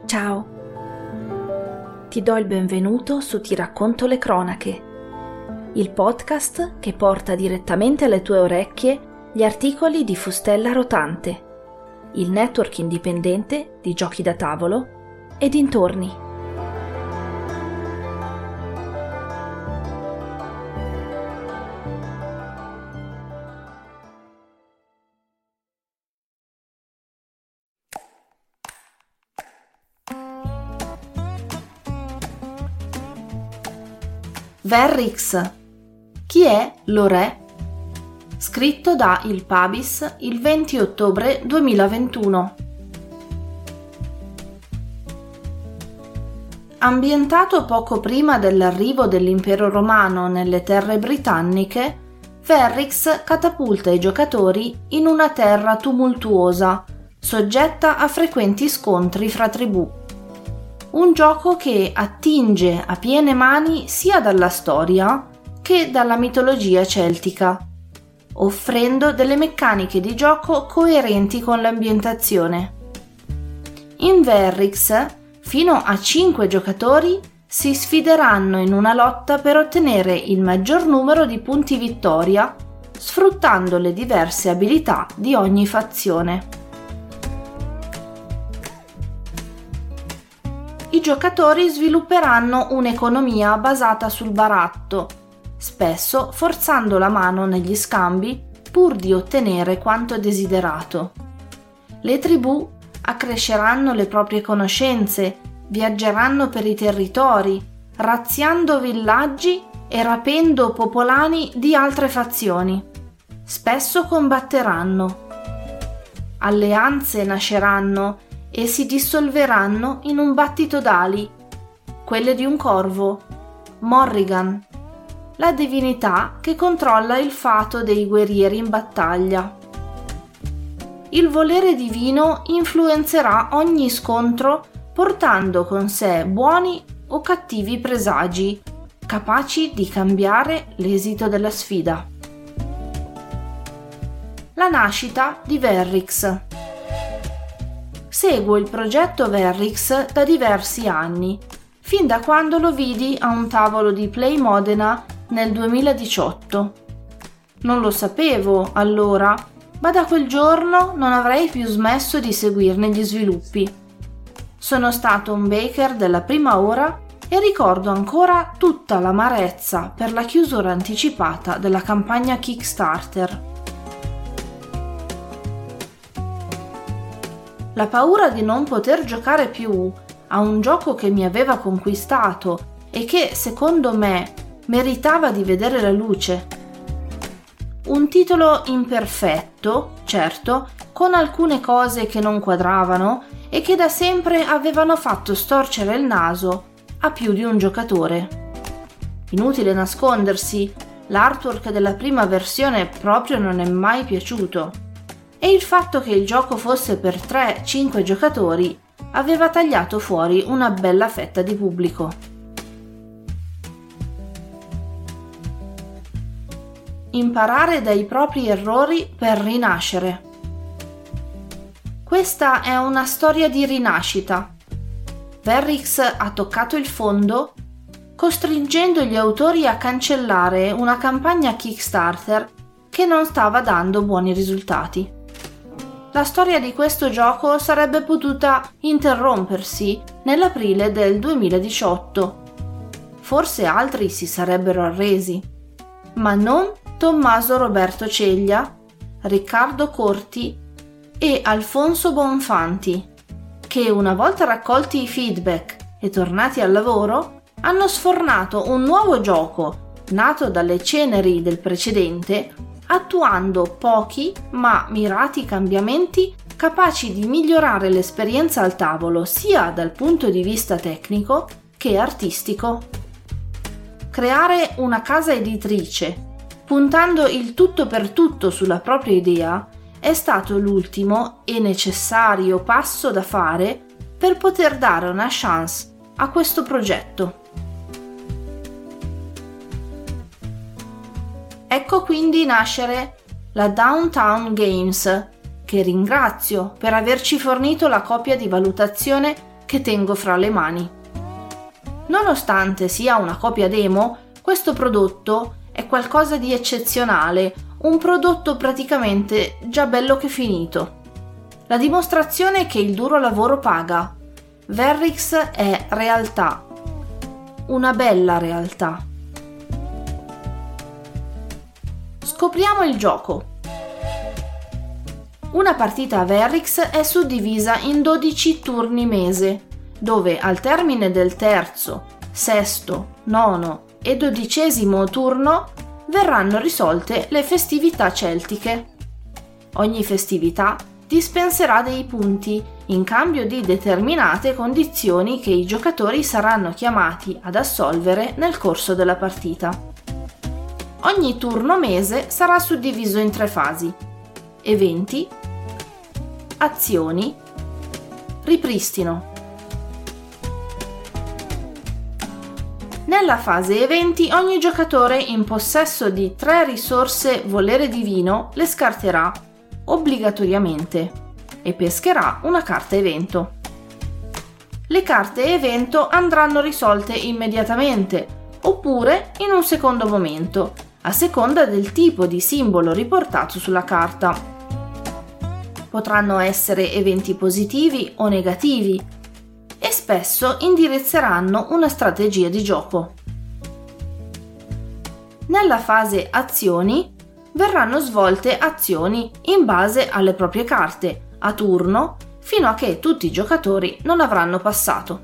Ciao, ti do il benvenuto su Ti racconto le cronache, il podcast che porta direttamente alle tue orecchie gli articoli di Fustella Rotante, il network indipendente di giochi da tavolo e dintorni. Verrix. Chi è lo re? Scritto da Il Pabis il 20 ottobre 2021. Ambientato poco prima dell'arrivo dell'Impero Romano nelle terre britanniche, Verrix catapulta i giocatori in una terra tumultuosa, soggetta a frequenti scontri fra tribù. Un gioco che attinge a piene mani sia dalla storia che dalla mitologia celtica, offrendo delle meccaniche di gioco coerenti con l'ambientazione. In Verrix, fino a 5 giocatori si sfideranno in una lotta per ottenere il maggior numero di punti vittoria, sfruttando le diverse abilità di ogni fazione. I giocatori svilupperanno un'economia basata sul baratto, spesso forzando la mano negli scambi pur di ottenere quanto desiderato. Le tribù accresceranno le proprie conoscenze, viaggeranno per i territori, razziando villaggi e rapendo popolani di altre fazioni. Spesso combatteranno. Alleanze nasceranno e si dissolveranno in un battito d'ali, quelle di un corvo, Morrigan, la divinità che controlla il fato dei guerrieri in battaglia. Il volere divino influenzerà ogni scontro portando con sé buoni o cattivi presagi, capaci di cambiare l'esito della sfida. La nascita di Verrix. Seguo il progetto Verrix da diversi anni, fin da quando lo vidi a un tavolo di Play Modena nel 2018. Non lo sapevo allora, ma da quel giorno non avrei più smesso di seguirne gli sviluppi. Sono stato un baker della prima ora e ricordo ancora tutta l'amarezza per la chiusura anticipata della campagna Kickstarter. La paura di non poter giocare più a un gioco che mi aveva conquistato e che, secondo me, meritava di vedere la luce. Un titolo imperfetto, certo, con alcune cose che non quadravano e che da sempre avevano fatto storcere il naso a più di un giocatore. Inutile nascondersi, l'artwork della prima versione proprio non è mai piaciuto. E il fatto che il gioco fosse per 3-5 giocatori aveva tagliato fuori una bella fetta di pubblico. Imparare dai propri errori per rinascere. Questa è una storia di rinascita. Verrix ha toccato il fondo, costringendo gli autori a cancellare una campagna Kickstarter che non stava dando buoni risultati. La storia di questo gioco sarebbe potuta interrompersi nell'aprile del 2018. Forse altri si sarebbero arresi, ma non Tommaso Roberto Ceglia, Riccardo Corti e Alfonso Bonfanti, che una volta raccolti i feedback e tornati al lavoro, hanno sfornato un nuovo gioco nato dalle ceneri del precedente, attuando pochi ma mirati cambiamenti capaci di migliorare l'esperienza al tavolo sia dal punto di vista tecnico che artistico. Creare una casa editrice, puntando il tutto per tutto sulla propria idea, è stato l'ultimo e necessario passo da fare per poter dare una chance a questo progetto. Ecco quindi nascere la Downtown Games, che ringrazio per averci fornito la copia di valutazione che tengo fra le mani. Nonostante sia una copia demo, questo prodotto è qualcosa di eccezionale, un prodotto praticamente già bello che finito. La dimostrazione che il duro lavoro paga. Verrix è realtà, una bella realtà. Scopriamo il gioco. Una partita a Verrix è suddivisa in 12 turni mese, dove al termine del terzo, sesto, nono e 12° turno verranno risolte le festività celtiche. Ogni festività dispenserà dei punti in cambio di determinate condizioni che i giocatori saranno chiamati ad assolvere nel corso della partita. Ogni turno mese sarà suddiviso in 3 fasi: eventi, azioni, ripristino. Nella fase eventi ogni giocatore in possesso di 3 risorse volere divino le scarterà obbligatoriamente e pescherà una carta evento. Le carte evento andranno risolte immediatamente oppure in un secondo momento, a seconda del tipo di simbolo riportato sulla carta. Potranno essere eventi positivi o negativi e spesso indirizzeranno una strategia di gioco. Nella fase azioni verranno svolte azioni in base alle proprie carte, a turno, fino a che tutti i giocatori non avranno passato.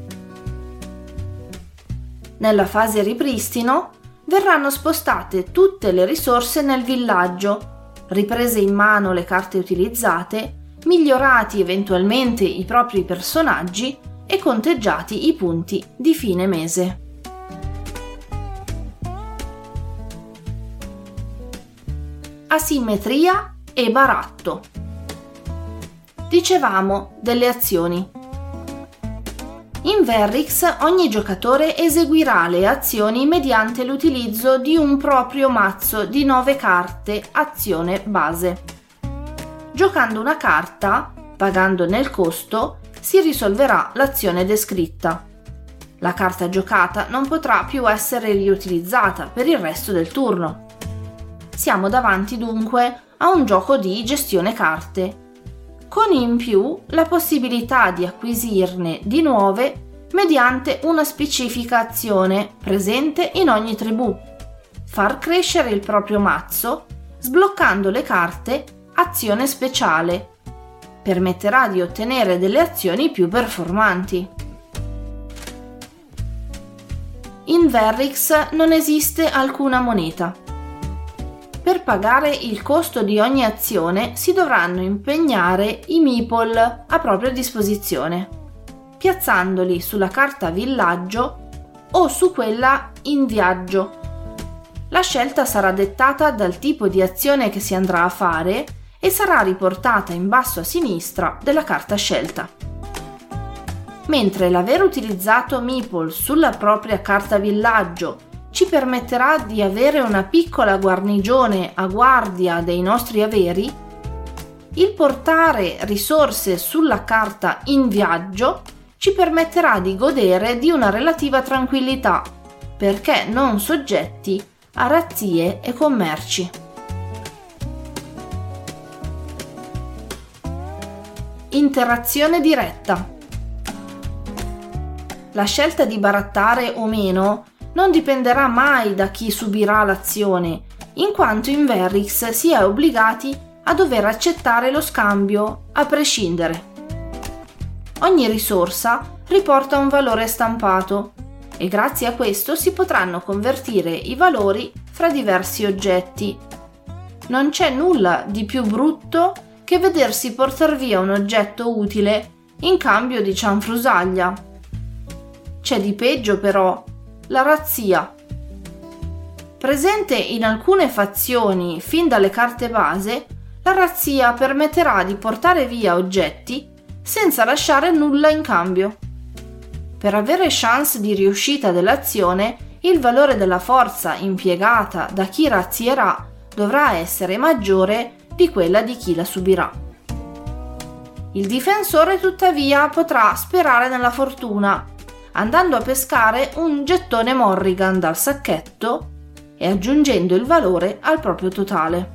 Nella fase ripristino verranno spostate tutte le risorse nel villaggio, riprese in mano le carte utilizzate, migliorati eventualmente i propri personaggi e conteggiati i punti di fine mese. Asimmetria e baratto. Dicevamo delle azioni. In Verrix ogni giocatore eseguirà le azioni mediante l'utilizzo di un proprio mazzo di 9 carte azione base. Giocando una carta, pagandone il costo, si risolverà l'azione descritta. La carta giocata non potrà più essere riutilizzata per il resto del turno. Siamo davanti dunque a un gioco di gestione carte, con in più la possibilità di acquisirne di nuove mediante una specifica azione presente in ogni tribù, far crescere il proprio mazzo, sbloccando le carte azione speciale, permetterà di ottenere delle azioni più performanti. In Verrix non esiste alcuna moneta. Per pagare il costo di ogni azione si dovranno impegnare i meeple a propria disposizione, piazzandoli sulla carta villaggio o su quella in viaggio. La scelta sarà dettata dal tipo di azione che si andrà a fare e sarà riportata in basso a sinistra della carta scelta. Mentre l'aver utilizzato meeple sulla propria carta villaggio ci permetterà di avere una piccola guarnigione a guardia dei nostri averi, il portare risorse sulla carta in viaggio ci permetterà di godere di una relativa tranquillità, perché non soggetti a razzie e commerci. Interazione diretta. La scelta di barattare o meno non dipenderà mai da chi subirà l'azione, in quanto in Verrix si è obbligati a dover accettare lo scambio a prescindere. Ogni risorsa riporta un valore stampato e grazie a questo si potranno convertire i valori fra diversi oggetti. Non c'è nulla di più brutto che vedersi portar via un oggetto utile in cambio di cianfrusaglia. C'è di peggio però, la razzia. Presente in alcune fazioni fin dalle carte base, la razzia permetterà di portare via oggetti senza lasciare nulla in cambio. Per avere chance di riuscita dell'azione, il valore della forza impiegata da chi razzierà dovrà essere maggiore di quella di chi la subirà. Il difensore tuttavia potrà sperare nella fortuna, andando a pescare un gettone Morrigan dal sacchetto e aggiungendo il valore al proprio totale.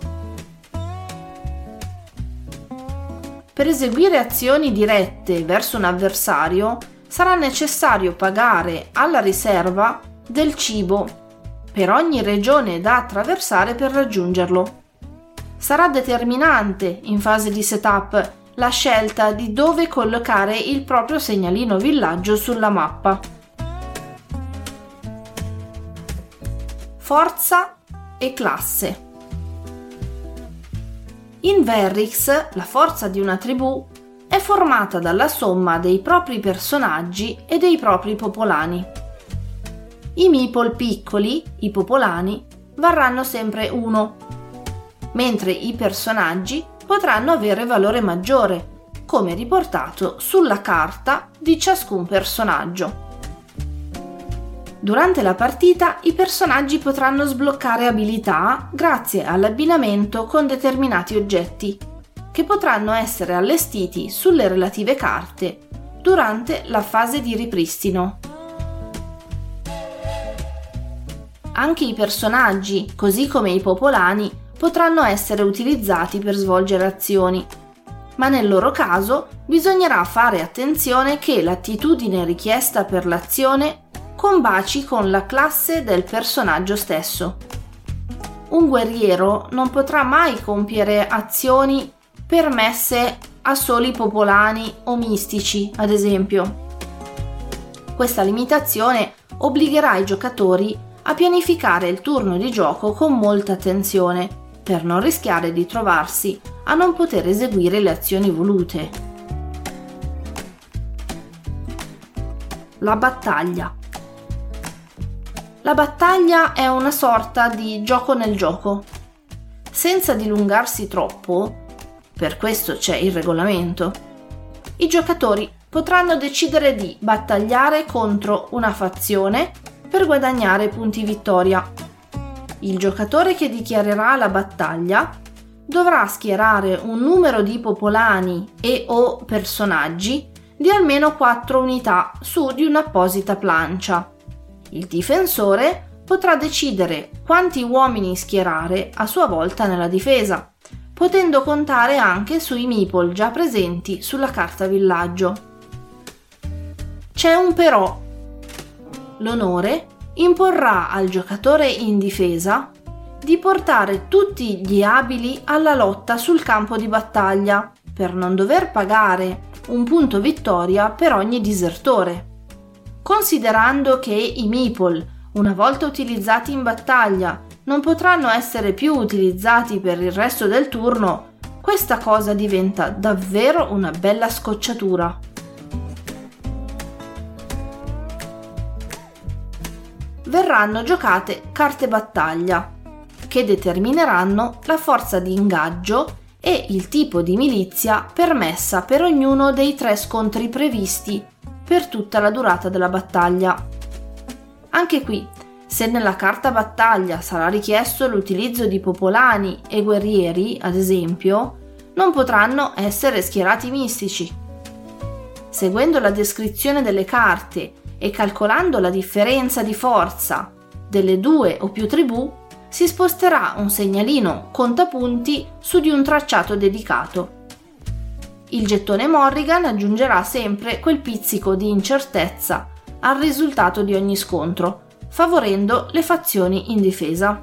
Per eseguire azioni dirette verso un avversario sarà necessario pagare alla riserva del cibo per ogni regione da attraversare per raggiungerlo. Sarà determinante in fase di setup la scelta di dove collocare il proprio segnalino villaggio sulla mappa. Forza e classe. In Verrix, la forza di una tribù è formata dalla somma dei propri personaggi e dei propri popolani. I meeple piccoli, i popolani, varranno sempre 1, mentre i personaggi potranno avere valore maggiore, come riportato sulla carta di ciascun personaggio. Durante la partita i personaggi potranno sbloccare abilità grazie all'abbinamento con determinati oggetti, che potranno essere allestiti sulle relative carte durante la fase di ripristino. Anche i personaggi, così come i popolani, potranno essere utilizzati per svolgere azioni, ma nel loro caso bisognerà fare attenzione che l'attitudine richiesta per l'azione combaci con la classe del personaggio stesso. Un guerriero non potrà mai compiere azioni permesse a soli popolani o mistici, ad esempio. Questa limitazione obbligherà i giocatori a pianificare il turno di gioco con molta attenzione, per non rischiare di trovarsi a non poter eseguire le azioni volute. La battaglia. La battaglia è una sorta di gioco nel gioco. Senza dilungarsi troppo, per questo c'è il regolamento, i giocatori potranno decidere di battagliare contro una fazione per guadagnare punti vittoria. Il giocatore che dichiarerà la battaglia dovrà schierare un numero di popolani e o personaggi di almeno 4 unità su di un'apposita plancia. Il difensore potrà decidere quanti uomini schierare a sua volta nella difesa, potendo contare anche sui meeple già presenti sulla carta villaggio. C'è un però. L'onore imporrà al giocatore in difesa di portare tutti gli abili alla lotta sul campo di battaglia, per non dover pagare un punto vittoria per ogni disertore. Considerando che i meeple, una volta utilizzati in battaglia, non potranno essere più utilizzati per il resto del turno, questa cosa diventa davvero una bella scocciatura. Verranno giocate carte battaglia, che determineranno la forza di ingaggio e il tipo di milizia permessa per ognuno dei 3 scontri previsti per tutta la durata della battaglia. Anche qui, se nella carta battaglia sarà richiesto l'utilizzo di popolani e guerrieri, ad esempio, non potranno essere schierati mistici. Seguendo la descrizione delle carte e calcolando la differenza di forza delle 2 o più tribù, si sposterà un segnalino contapunti su di un tracciato dedicato. Il gettone Morrigan aggiungerà sempre quel pizzico di incertezza al risultato di ogni scontro, favorendo le fazioni in difesa.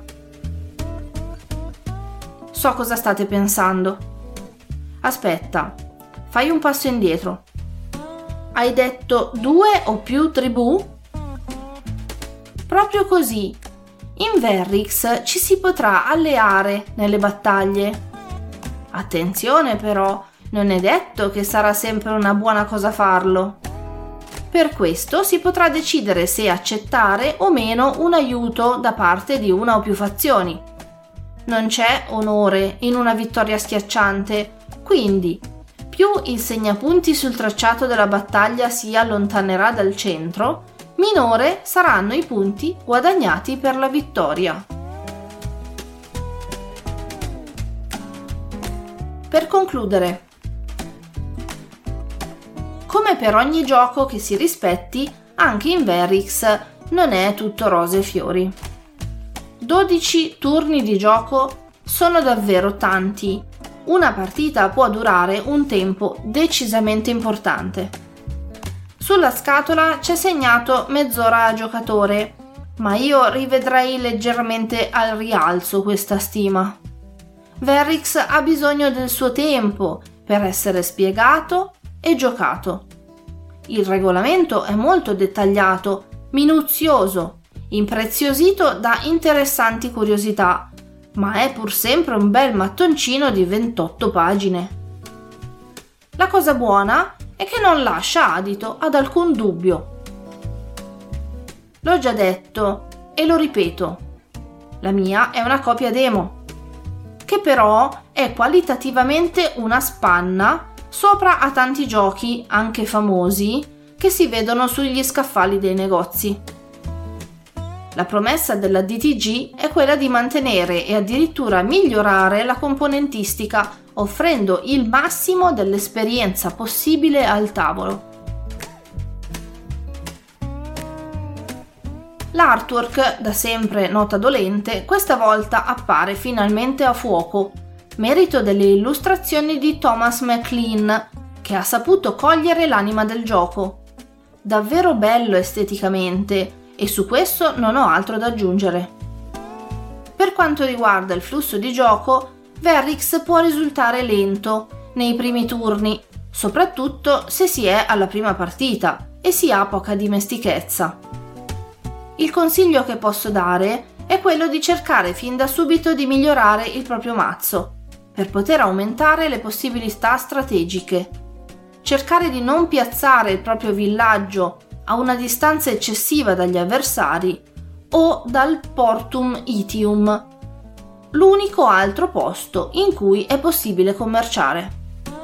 So cosa state pensando. Aspetta, fai un passo indietro. Hai detto 2 o più tribù? Proprio così. In Verrix ci si potrà alleare nelle battaglie. Attenzione però, non è detto che sarà sempre una buona cosa farlo. Per questo si potrà decidere se accettare o meno un aiuto da parte di una o più fazioni. Non c'è onore in una vittoria schiacciante, quindi più il segnapunti sul tracciato della battaglia si allontanerà dal centro, minore saranno i punti guadagnati per la vittoria. Per concludere, come per ogni gioco che si rispetti, anche in Verix non è tutto rose e fiori. 12 turni di gioco sono davvero tanti. Una partita può durare un tempo decisamente importante. Sulla scatola c'è segnato mezz'ora a giocatore, ma io rivedrei leggermente al rialzo questa stima. Verix ha bisogno del suo tempo per essere spiegato e giocato. Il regolamento è molto dettagliato, minuzioso, impreziosito da interessanti curiosità, ma è pur sempre un bel mattoncino di 28 pagine. La cosa buona è che non lascia adito ad alcun dubbio. L'ho già detto e lo ripeto, la mia è una copia demo, che però è qualitativamente una spanna sopra a tanti giochi, anche famosi, che si vedono sugli scaffali dei negozi. La promessa della DTG è quella di mantenere e addirittura migliorare la componentistica, offrendo il massimo dell'esperienza possibile al tavolo. L'artwork, da sempre nota dolente, questa volta appare finalmente a fuoco, merito delle illustrazioni di Thomas McLean, che ha saputo cogliere l'anima del gioco. Davvero bello esteticamente, e su questo non ho altro da aggiungere. Per quanto riguarda il flusso di gioco, Verix può risultare lento nei primi turni, soprattutto se si è alla prima partita e si ha poca dimestichezza. Il consiglio che posso dare è quello di cercare fin da subito di migliorare il proprio mazzo, per poter aumentare le possibilità strategiche. Cercare di non piazzare il proprio villaggio a una distanza eccessiva dagli avversari o dal Portum Itium, l'unico altro posto in cui è possibile commerciare.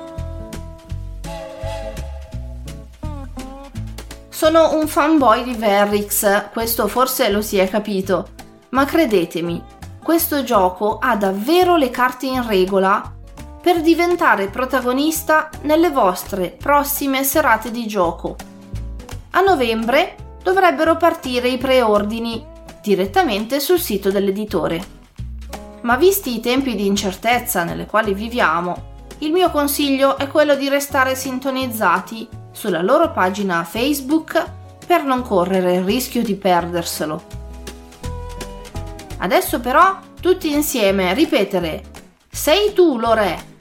Sono un fanboy di Verix, questo forse lo si è capito, ma credetemi, questo gioco ha davvero le carte in regola per diventare protagonista nelle vostre prossime serate di gioco. A novembre dovrebbero partire i preordini direttamente sul sito dell'editore. Ma visti i tempi di incertezza nelle quali viviamo, il mio consiglio è quello di restare sintonizzati sulla loro pagina Facebook per non correre il rischio di perderselo. Adesso però tutti insieme ripetere: sei tu lo re!